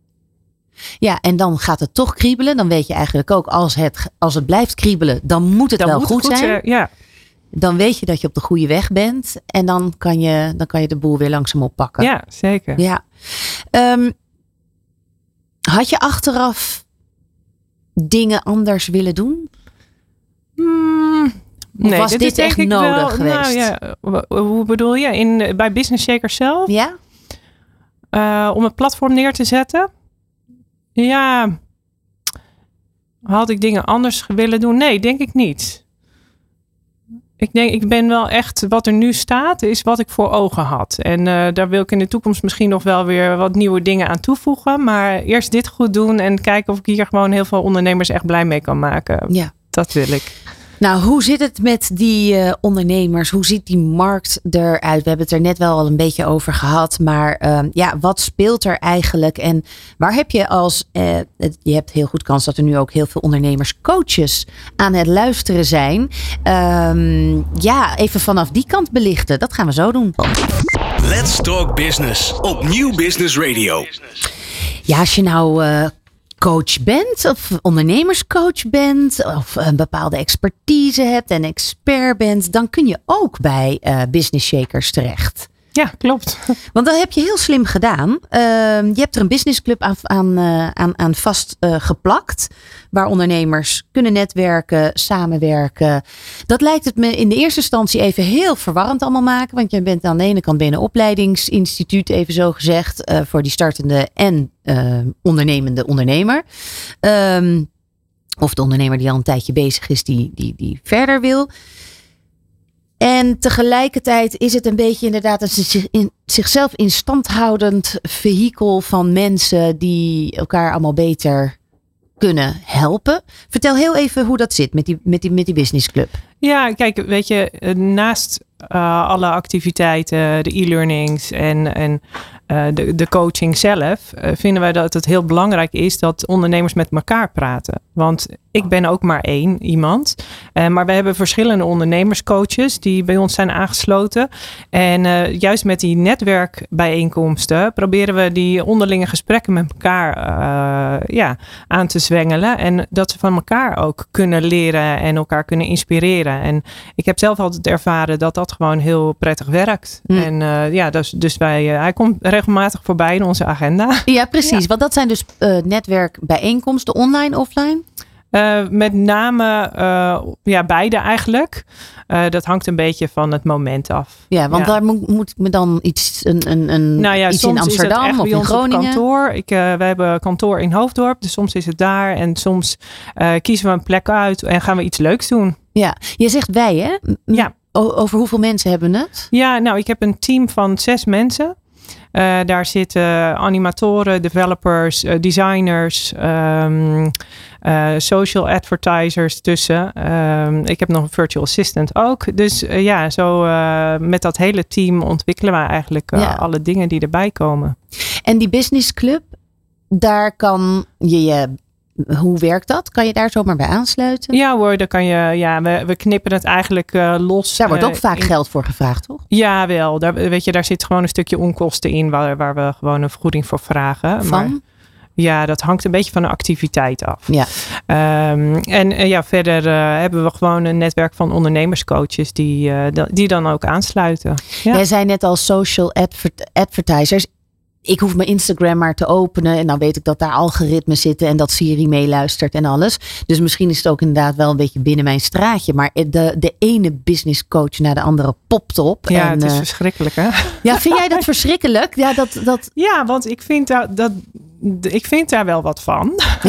Ja, en dan gaat het toch kriebelen. Dan weet je eigenlijk ook, als het, als het blijft kriebelen, dan moet het dan wel moet goed, goed zijn. zijn. Ja. Dan weet je dat je op de goede weg bent. En dan kan je, dan kan je de boel weer langzaam oppakken. Ja, zeker. Ja. Um, had je achteraf dingen anders willen doen? Hmm, nee, of was dit, dit, is denk echt ik nodig wel, geweest? Nou ja, hoe bedoel je? In, bij Business Shakers zelf? Ja? Uh, om het platform neer te zetten? Ja. Had ik dingen anders willen doen? Nee, denk ik niet. Ik denk, ik ben wel echt, wat er nu staat, is wat ik voor ogen had. En uh, daar wil ik in de toekomst misschien nog wel weer wat nieuwe dingen aan toevoegen. Maar eerst dit goed doen en kijken of ik hier gewoon heel veel ondernemers echt blij mee kan maken. Ja. Dat wil ik. Nou, hoe zit het met die uh, ondernemers? Hoe ziet die markt eruit? We hebben het er net wel al een beetje over gehad. Maar uh, ja, wat speelt er eigenlijk? En waar heb je als... Uh, het, je hebt heel goed kans dat er nu ook heel veel ondernemerscoaches aan het luisteren zijn. Um, ja, even vanaf die kant belichten. Dat gaan we zo doen. Let's Talk Business op Nieuw Business Radio. Ja, als je nou... Uh, coach bent of ondernemerscoach bent of een bepaalde expertise hebt en expert bent, dan kun je ook bij uh, Business Shakers terecht. Ja, klopt. Want dat heb je heel slim gedaan. Uh, je hebt er een businessclub aan, aan, uh, aan, aan vast uh, geplakt. Waar ondernemers kunnen netwerken, samenwerken. Dat lijkt het me in de eerste instantie even heel verwarrend allemaal maken. Want je bent aan de ene kant bij een opleidingsinstituut, even zo gezegd. Uh, voor die startende en uh, ondernemende ondernemer. Um, of de ondernemer die al een tijdje bezig is, die, die, die verder wil. En tegelijkertijd is het een beetje inderdaad een in, zichzelf in stand houdend vehikel van mensen die elkaar allemaal beter kunnen helpen. Vertel heel even hoe dat zit met die, met die, met die businessclub. Ja, kijk, weet je, naast uh, alle activiteiten, de e-learnings en, en uh, de, de coaching zelf, uh, vinden wij dat het heel belangrijk is dat ondernemers met elkaar praten. Want ik ben ook maar één iemand. Uh, maar we hebben verschillende ondernemerscoaches die bij ons zijn aangesloten. En uh, juist met die netwerkbijeenkomsten proberen we die onderlinge gesprekken met elkaar uh, ja, aan te zwengelen. En dat ze van elkaar ook kunnen leren en elkaar kunnen inspireren. En ik heb zelf altijd ervaren dat dat gewoon heel prettig werkt. Mm. En uh, ja, dus, dus wij, uh, hij komt regelmatig voorbij in onze agenda. Ja, precies. Ja. Want dat zijn dus uh, netwerkbijeenkomsten, online, offline? Uh, met name uh, ja, beide eigenlijk. Uh, dat hangt een beetje van het moment af. Ja, want ja. daar moet, moet ik me dan iets, een, een, een, nou ja, iets in Amsterdam of in Groningen? Kantoor. Ik, uh, wij hebben kantoor in Hoofddorp, dus soms is het daar. En soms uh, kiezen we een plek uit en gaan we iets leuks doen. Ja, je zegt wij hè? Ja. O- over hoeveel mensen hebben we het? Ja, nou ik heb een team van zes mensen. Uh, daar zitten animatoren, developers, uh, designers, um, uh, social advertisers tussen. Um, ik heb nog een virtual assistant ook. Dus uh, ja, zo uh, met dat hele team ontwikkelen we eigenlijk uh, ja. alle dingen die erbij komen. En die business club, daar kan je je... Hoe werkt dat? Kan je daar zomaar bij aansluiten? Ja hoor, daar kan je, ja, we, we knippen het eigenlijk uh, los. Daar wordt ook uh, vaak in, geld voor gevraagd, toch? Ja, wel. Daar, weet je, daar zit gewoon een stukje onkosten in waar, waar we gewoon een vergoeding voor vragen. Van? Maar, ja, dat hangt een beetje van de activiteit af. Ja. Um, en uh, ja, verder uh, hebben we gewoon een netwerk van ondernemerscoaches die, uh, die dan ook aansluiten. Ja. Jij zei net al social adver- advertisers. Ik hoef mijn Instagram maar te openen en dan weet ik dat daar algoritmes zitten en dat Siri meeluistert en alles. Dus misschien is het ook inderdaad wel een beetje binnen mijn straatje. Maar de, de ene business coach naar de andere popt op. Ja, en, het is uh, verschrikkelijk hè? Ja, vind jij dat verschrikkelijk? Ja, dat, dat... ja want ik vind dat, dat, ik vind daar wel wat van.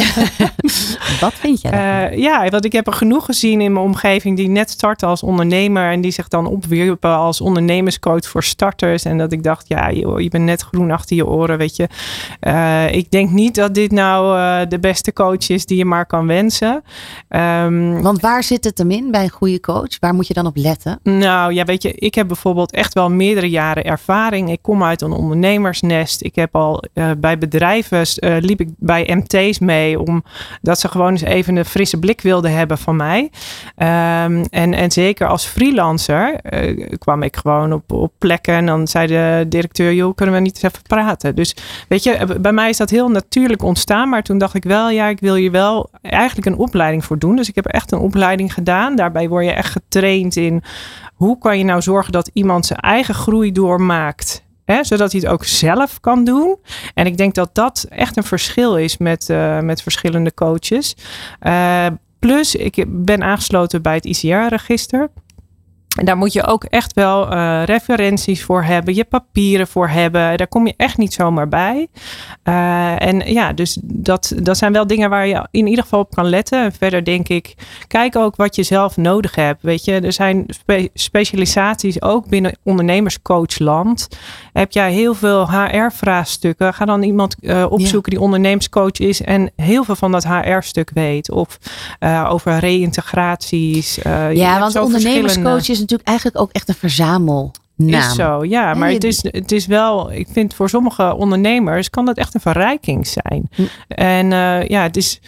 Wat vind jij daarvan? Uh, ja, want ik heb er genoeg gezien in mijn omgeving die net starten als ondernemer. En die zich dan opwierpen als ondernemerscoach voor starters. En dat ik dacht, ja, joh, je bent net groen achter je oren, weet je. Uh, ik denk niet dat dit nou uh, de beste coach is die je maar kan wensen. Um, want waar zit het hem in bij een goede coach? Waar moet je dan op letten? Nou ja, weet je, ik heb bijvoorbeeld echt wel meerdere jaren ervaring. Ik kom uit een ondernemersnest. Ik heb al uh, bij bedrijven, uh, liep ik bij M T's mee om dat ze gewoon eens even een frisse blik wilden hebben van mij. Um, en, en zeker als freelancer uh, kwam ik gewoon op, op plekken en dan zei de directeur, joh, kunnen we niet eens even praten? Dus weet je, bij mij is dat heel natuurlijk ontstaan, maar toen dacht ik wel, ja, ik wil hier wel eigenlijk een opleiding voor doen. Dus ik heb echt een opleiding gedaan. Daarbij word je echt getraind in hoe kan je nou zorgen dat iemand zijn eigen groei doormaakt. Hè, zodat hij het ook zelf kan doen. En ik denk dat dat echt een verschil is met, uh, met verschillende coaches. Uh, plus, ik ben aangesloten bij het I C R-register. En daar moet je ook echt wel uh, referenties voor hebben. Je papieren voor hebben. Daar kom je echt niet zomaar bij. Uh, en ja, dus dat, dat zijn wel dingen waar je in ieder geval op kan letten. En verder denk ik, kijk ook wat je zelf nodig hebt. Weet je, er zijn spe- specialisaties ook binnen ondernemerscoachland. Heb jij heel veel H R-vraagstukken. Ga dan iemand uh, opzoeken ja. die ondernemerscoach is en heel veel van dat H R-stuk weet. Of uh, over reïntegraties. Uh, ja, want ondernemerscoach is natuurlijk eigenlijk ook echt een verzamelnaam. Is zo, ja. Maar het is, het is wel, ik vind voor sommige ondernemers kan dat echt een verrijking zijn. Hm. En uh, ja, het is...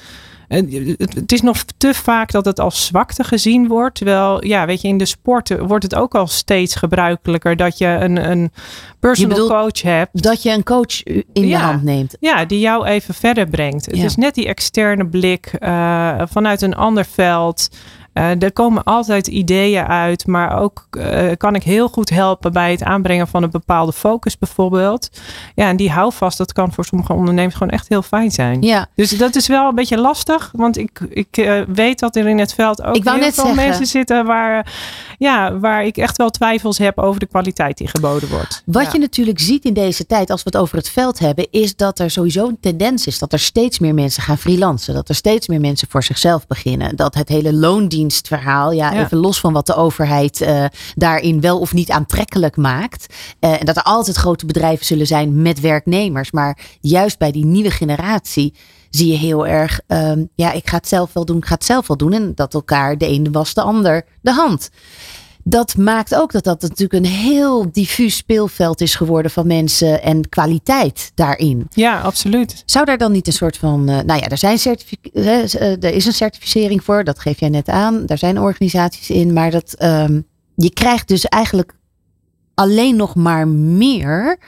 Het is nog te vaak dat het als zwakte gezien wordt. Terwijl, ja, weet je, in de sport wordt het ook al steeds gebruikelijker dat je een, een personal coach hebt. Dat je een coach in ja, de hand neemt. Ja, die jou even verder brengt. Het ja. is net die externe blik uh, vanuit een ander veld. Uh, er komen altijd ideeën uit, maar ook uh, kan ik heel goed helpen bij het aanbrengen van een bepaalde focus bijvoorbeeld. Ja, en die houvast, dat kan voor sommige ondernemers gewoon echt heel fijn zijn. Ja. Dus dat is wel een beetje lastig, want ik, ik uh, weet dat er in het veld ook heel veel zeggen. mensen zitten waar, ja, waar ik echt wel twijfels heb over de kwaliteit die geboden wordt. Wat ja. je natuurlijk ziet in deze tijd, als we het over het veld hebben, is dat er sowieso een tendens is dat er steeds meer mensen gaan freelancen. Dat er steeds meer mensen voor zichzelf beginnen. Dat het hele loondienst verhaal, ja, ja, even los van wat de overheid uh, daarin wel of niet aantrekkelijk maakt. Uh, en dat er altijd grote bedrijven zullen zijn met werknemers. Maar juist bij die nieuwe generatie zie je heel erg, um, ja, ik ga het zelf wel doen, ik ga het zelf wel doen. En dat elkaar de ene was de ander de hand. Dat maakt ook dat dat natuurlijk een heel diffuus speelveld is geworden van mensen en kwaliteit daarin. Ja, absoluut. Zou daar dan niet een soort van, uh, nou ja, er, zijn certific- uh, er is een certificering voor, dat geef jij net aan. Daar zijn organisaties in, maar dat um, je krijgt dus eigenlijk alleen nog maar meer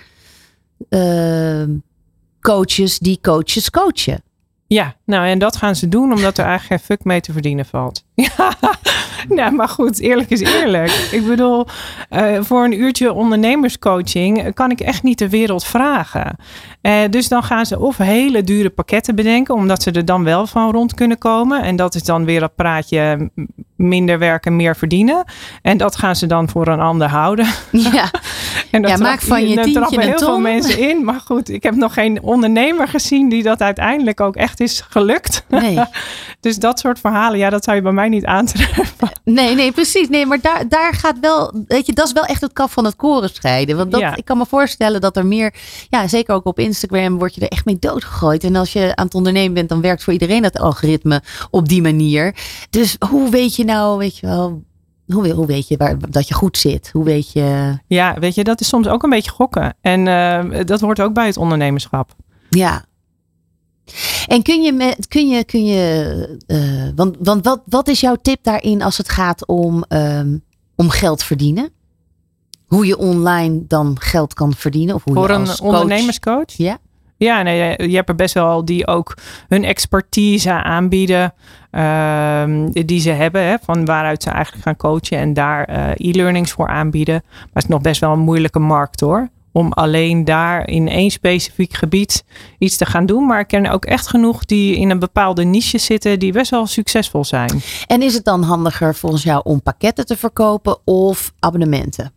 uh, coaches die coaches coachen. Ja, nou en dat gaan ze doen omdat er eigenlijk geen fuck mee te verdienen valt. Ja, nou, maar goed, eerlijk is eerlijk. Ik bedoel, uh, voor een uurtje ondernemerscoaching kan ik echt niet de wereld vragen. Uh, dus dan gaan ze of hele dure pakketten bedenken, omdat ze er dan wel van rond kunnen komen. En dat is dan weer dat praatje minder werken, meer verdienen. En dat gaan ze dan voor een ander houden. Ja, en dat ja maak van je tientje een ton. Er trappen heel veel mensen in. Maar goed, ik heb nog geen ondernemer gezien die dat uiteindelijk ook echt is gelukt. Nee. Dus dat soort verhalen, ja, dat zou je bij mij niet aantreffen. Nee, nee, precies. Nee, maar daar, daar gaat wel, weet je, dat is wel echt het kaf van het koren scheiden. Want dat, ja. ik kan me voorstellen dat er meer, ja, zeker ook op Instagram word je er echt mee doodgegooid. En als je aan het ondernemen bent, dan werkt voor iedereen dat algoritme op die manier. Dus hoe weet je nou, weet je wel, Hoe, hoe weet je waar, dat je goed zit? Hoe weet je... Ja, weet je, dat is soms ook een beetje gokken. En uh, dat hoort ook bij het ondernemerschap. Ja. En kun je, met, kun je, kun je uh, want, want wat, wat is jouw tip daarin als het gaat om, um, om geld verdienen? Hoe je online dan geld kan verdienen? Of hoe Voor je een als coach... ondernemerscoach? Ja. Ja, nee, je hebt er best wel die ook hun expertise aanbieden. Uh, die ze hebben. Hè, van waaruit ze eigenlijk gaan coachen. En daar uh, e-learnings voor aanbieden. Maar het is nog best wel een moeilijke markt hoor. Om alleen daar in één specifiek gebied iets te gaan doen. Maar ik ken ook echt genoeg die in een bepaalde niche zitten. Die best wel succesvol zijn. En is het dan handiger volgens jou om pakketten te verkopen of abonnementen?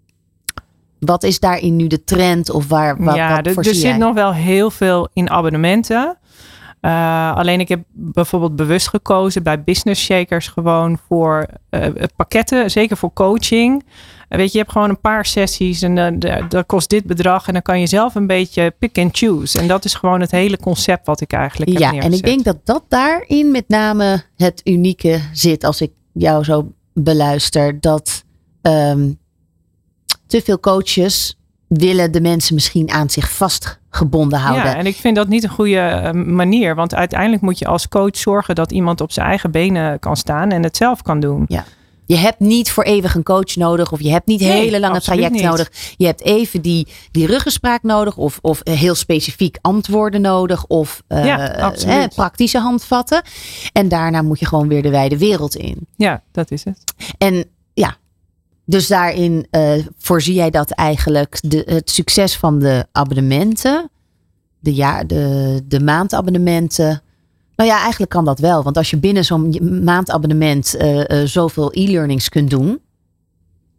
Wat is daarin nu de trend of waar wat, ja, wat er, voorzie er jij? zit nog wel heel veel in abonnementen. Uh, alleen ik heb bijvoorbeeld bewust gekozen bij Business Shakers gewoon voor uh, pakketten. Zeker voor coaching. Uh, weet je, je hebt gewoon een paar sessies en uh, de, dat kost dit bedrag. En dan kan je zelf een beetje pick and choose. En dat is gewoon het hele concept wat ik eigenlijk heb ja, neergezet. En ik denk dat dat daarin met name het unieke zit. Als ik jou zo beluister. Dat um, te veel coaches willen de mensen misschien aan zich vastgebonden houden. Ja, en ik vind dat niet een goede manier. Want uiteindelijk moet je als coach zorgen dat iemand op zijn eigen benen kan staan en het zelf kan doen. Ja. Je hebt niet voor eeuwig een coach nodig. Of je hebt niet nee, hele lange traject niet. nodig. Je hebt even die, die ruggespraak nodig. Of, of heel specifiek antwoorden nodig. Of uh, ja, eh, praktische handvatten. En daarna moet je gewoon weer de wijde wereld in. Ja, dat is het. En ja, dus daarin uh, voorzie jij dat eigenlijk de, het succes van de abonnementen. De, ja, de, de maandabonnementen. Nou ja, eigenlijk kan dat wel. Want als je binnen zo'n maandabonnement uh, uh, zoveel e-learnings kunt doen.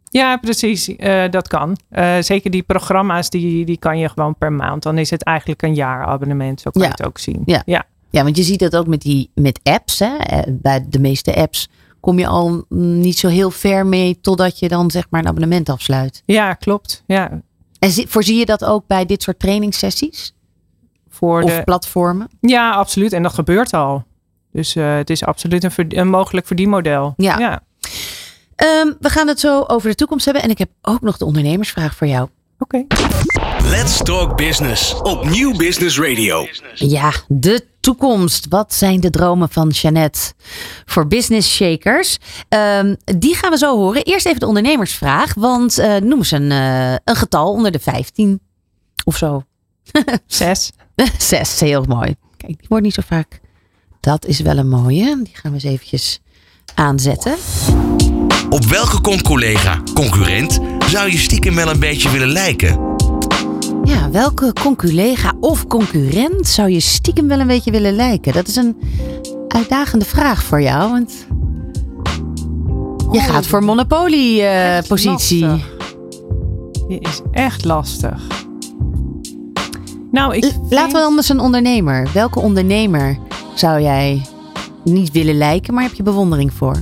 Ja, precies. Uh, dat kan. Uh, zeker die programma's, die, die kan je gewoon per maand. Dan is het eigenlijk een jaarabonnement. Zo kan ja. je het ook zien. Ja. Ja. ja, want je ziet dat ook met, die, met apps. Hè? Bij de meeste apps kom je al niet zo heel ver mee totdat je dan zeg maar een abonnement afsluit. Ja, klopt. Ja. En zie, voorzie je dat ook bij dit soort trainingssessies? Voor of de platformen? Ja, absoluut. En dat gebeurt al. Dus uh, het is absoluut een, verd- een mogelijk verdienmodel. Ja. ja. Um, we gaan het zo over de toekomst hebben. En ik heb ook nog de ondernemersvraag voor jou. Oké. Okay. Let's Talk Business op Nieuw Business Radio. Ja, de toekomst. Wat zijn de dromen van Jeannette voor Business Shakers? Um, die gaan we zo horen. Eerst even de ondernemersvraag. Want uh, noem eens een, uh, een getal onder de vijftien. Of zo. Zes. Zes, heel mooi. Kijk, die wordt niet zo vaak. Dat is wel een mooie. Die gaan we eens eventjes aanzetten. Op welke con-collega, concurrent, zou je stiekem wel een beetje willen lijken? Ja, welke conculega of concurrent zou je stiekem wel een beetje willen lijken? Dat is een uitdagende vraag voor jou, want je gaat voor monopolie-positie. Uh, Die is echt lastig. Nou, ik L- vind... Laten we anders een ondernemer. Welke ondernemer zou jij niet willen lijken, maar heb je bewondering voor?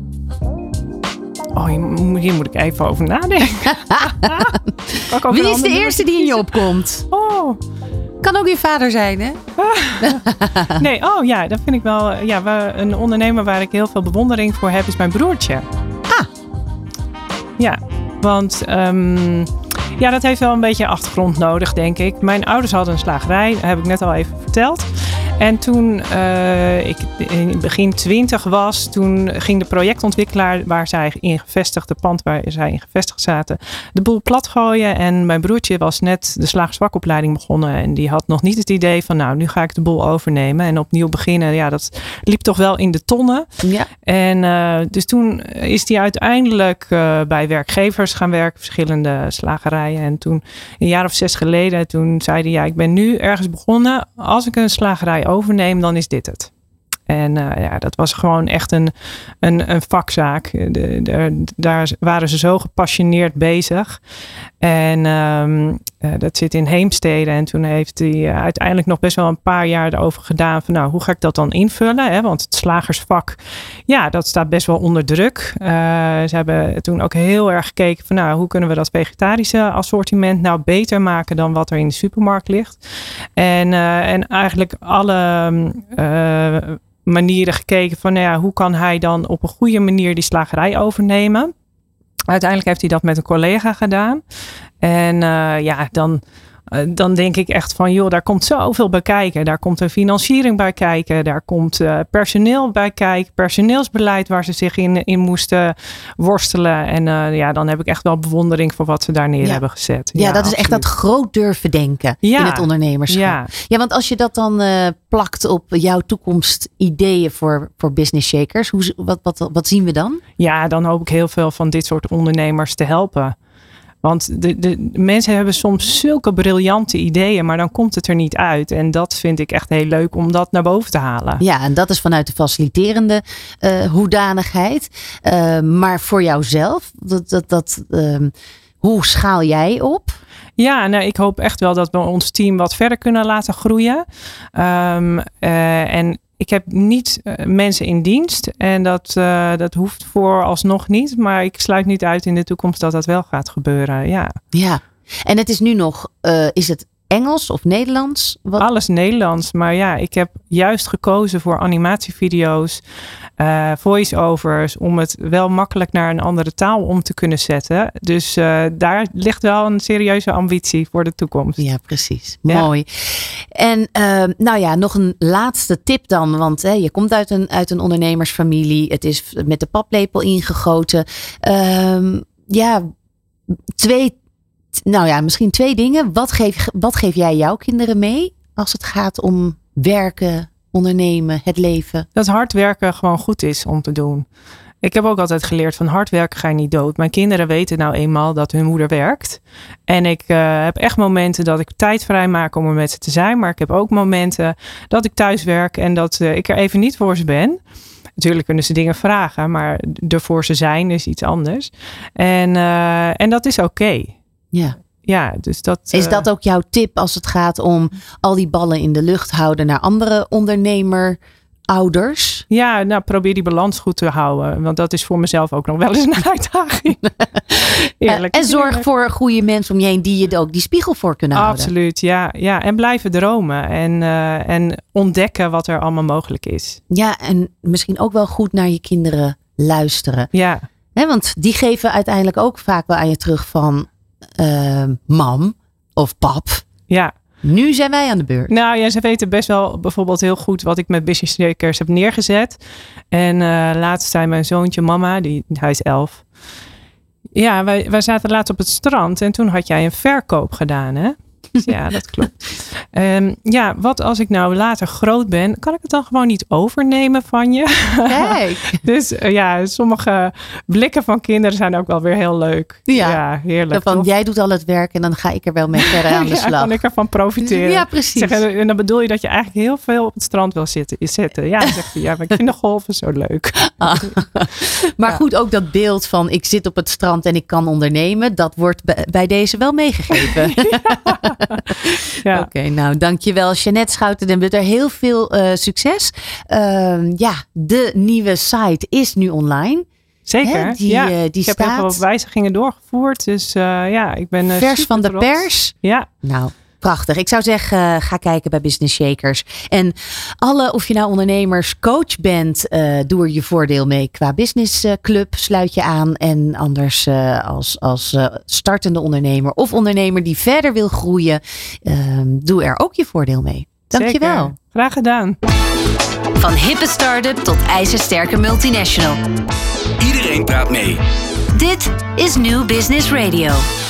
Oh, hier moet ik even over nadenken. Wie is de eerste die in je opkomt? Oh. Kan ook je vader zijn, hè? Nee, oh ja, dat vind ik wel. Ja, een ondernemer waar ik heel veel bewondering voor heb, is mijn broertje. Ah. Ja, want um, ja, dat heeft wel een beetje achtergrond nodig, denk ik. Mijn ouders hadden een slagerij, dat heb ik net al even verteld. En toen uh, ik in begin twintig was, toen ging de projectontwikkelaar waar zij in gevestigd, de pand waar zij in gevestigd zaten, de boel platgooien. En mijn broertje was net de slagersvakopleiding begonnen en die had nog niet het idee van nou, nu ga ik de boel overnemen en opnieuw beginnen. Ja, dat liep toch wel in de tonnen. Ja. En uh, dus toen is hij uiteindelijk uh, bij werkgevers gaan werken, verschillende slagerijen. En toen, een jaar of zes geleden, toen zei hij, ja, ik ben nu ergens begonnen. Als ik een slagerij overneem, dan is dit het. En uh, ja, dat was gewoon echt een, een, een vakzaak. De, de, daar waren ze zo gepassioneerd bezig. En um, uh, dat zit in Heemstede. En toen heeft hij uh, uiteindelijk nog best wel een paar jaar erover gedaan. Van nou, hoe ga ik dat dan invullen? Hè? Want het slagersvak, ja, dat staat best wel onder druk. Uh, ze hebben toen ook heel erg gekeken van nou, hoe kunnen we dat vegetarische assortiment nou beter maken dan wat er in de supermarkt ligt. En, uh, en eigenlijk alle uh, manieren gekeken van nou ja, hoe kan hij dan op een goede manier die slagerij overnemen. Uiteindelijk heeft hij dat met een collega gedaan. En uh, ja, dan, uh, dan denk ik echt van joh, daar komt zoveel bij kijken. Daar komt een financiering bij kijken. Daar komt uh, personeel bij kijken. Personeelsbeleid waar ze zich in, in moesten worstelen. En uh, ja, dan heb ik echt wel bewondering voor wat ze daar neer ja. hebben gezet. Ja, ja, dat is echt dat groot durven denken ja. in het ondernemerschap. Ja. ja, want als je dat dan uh, plakt op jouw toekomstideeën voor, voor Business Shakers. Hoe, wat, wat, wat zien we dan? Ja, dan hoop ik heel veel van dit soort ondernemers te helpen. Want de, de mensen hebben soms zulke briljante ideeën, maar dan komt het er niet uit. En dat vind ik echt heel leuk om dat naar boven te halen. Ja, en dat is vanuit de faciliterende uh, hoedanigheid. Uh, maar voor jouzelf, dat, dat, dat, uh, hoe schaal jij op? Ja, nou, ik hoop echt wel dat we ons team wat verder kunnen laten groeien. Um, uh, en ik heb niet uh, mensen in dienst en dat, uh, dat hoeft vooralsnog niet. Maar ik sluit niet uit in de toekomst dat dat wel gaat gebeuren. Ja, ja. En het is nu nog, uh, is het Engels of Nederlands? Wat? Alles Nederlands. Maar ja, ik heb juist gekozen voor animatievideo's, uh, voice-overs, om het wel makkelijk naar een andere taal om te kunnen zetten. Dus uh, daar ligt wel een serieuze ambitie voor de toekomst. Ja, precies. Ja. Mooi. En uh, nou ja, nog een laatste tip dan. Want hè, je komt uit een, uit een ondernemersfamilie. Het is met de paplepel ingegoten. Uh, ja, twee Nou ja, misschien twee dingen. Wat geef, wat geef jij jouw kinderen mee als het gaat om werken, ondernemen, het leven? Dat hard werken gewoon goed is om te doen. Ik heb ook altijd geleerd van hard werken ga je niet dood. Mijn kinderen weten nou eenmaal dat hun moeder werkt. En ik uh, heb echt momenten dat ik tijd vrij maak om er met ze te zijn. Maar ik heb ook momenten dat ik thuis werk en dat uh, ik er even niet voor ze ben. Natuurlijk kunnen ze dingen vragen, maar ervoor ze zijn is iets anders. En, uh, en dat is oké. Okay. Ja. Ja, dus dat, is dat ook jouw tip als het gaat om al die ballen in de lucht houden naar andere ondernemer-ouders? Ja, nou probeer die balans goed te houden. Want dat is voor mezelf ook nog wel eens een uitdaging. Eerlijk. En zorg eerlijk. voor goede mensen om je heen die je ook die spiegel voor kunnen houden. Absoluut, ja. ja. En blijven dromen. En, uh, en ontdekken wat er allemaal mogelijk is. Ja, en misschien ook wel goed naar je kinderen luisteren. Ja. He, want die geven uiteindelijk ook vaak wel aan je terug van... Uh, mam of pap. Ja. Nu zijn wij aan de beurt. Nou ja, ze weten best wel bijvoorbeeld heel goed wat ik met Business Shakers heb neergezet. En uh, laatst zei mijn zoontje, mama, die, hij is elf. Ja, wij, wij zaten laatst op het strand en toen had jij een verkoop gedaan, hè? Ja, dat klopt. Um, ja, wat als ik nou later groot ben, kan ik het dan gewoon niet overnemen van je? Kijk. Dus uh, ja, sommige blikken van kinderen zijn ook wel weer heel leuk. Ja, ja heerlijk. Van, jij doet al het werk en dan ga ik er wel mee verder aan de slag. Ja, kan ik ervan profiteren. Ja, precies. Zeg, en dan bedoel je dat je eigenlijk heel veel op het strand wil zitten. zitten. Ja, dan zegt hij, ja, maar ik vind de golven zo leuk. Ah. Maar ja. goed, ook dat beeld van ik zit op het strand en ik kan ondernemen, dat wordt bij, bij deze wel meegegeven. Ja. Ja. Oké, okay, nou dankjewel Jeanette Schouten den Butter. Heel veel uh, succes. Uh, ja, de nieuwe site is nu online. Zeker, Hè, die, ja. uh, die ik staat... heb heel veel wat wijzigingen doorgevoerd. Dus uh, ja, ik ben uh, vers van de trots. pers. Ja. Nou, prachtig. Ik zou zeggen, uh, ga kijken bij Business Shakers. En alle, of je nou ondernemers coach bent, uh, doe er je voordeel mee. Qua business uh, club sluit je aan. En anders uh, als, als uh, startende ondernemer of ondernemer die verder wil groeien, uh, doe er ook je voordeel mee. Dankjewel. Zeker. Graag gedaan. Van hippe start-up tot ijzersterke multinational. Iedereen praat mee. Dit is New Business Radio.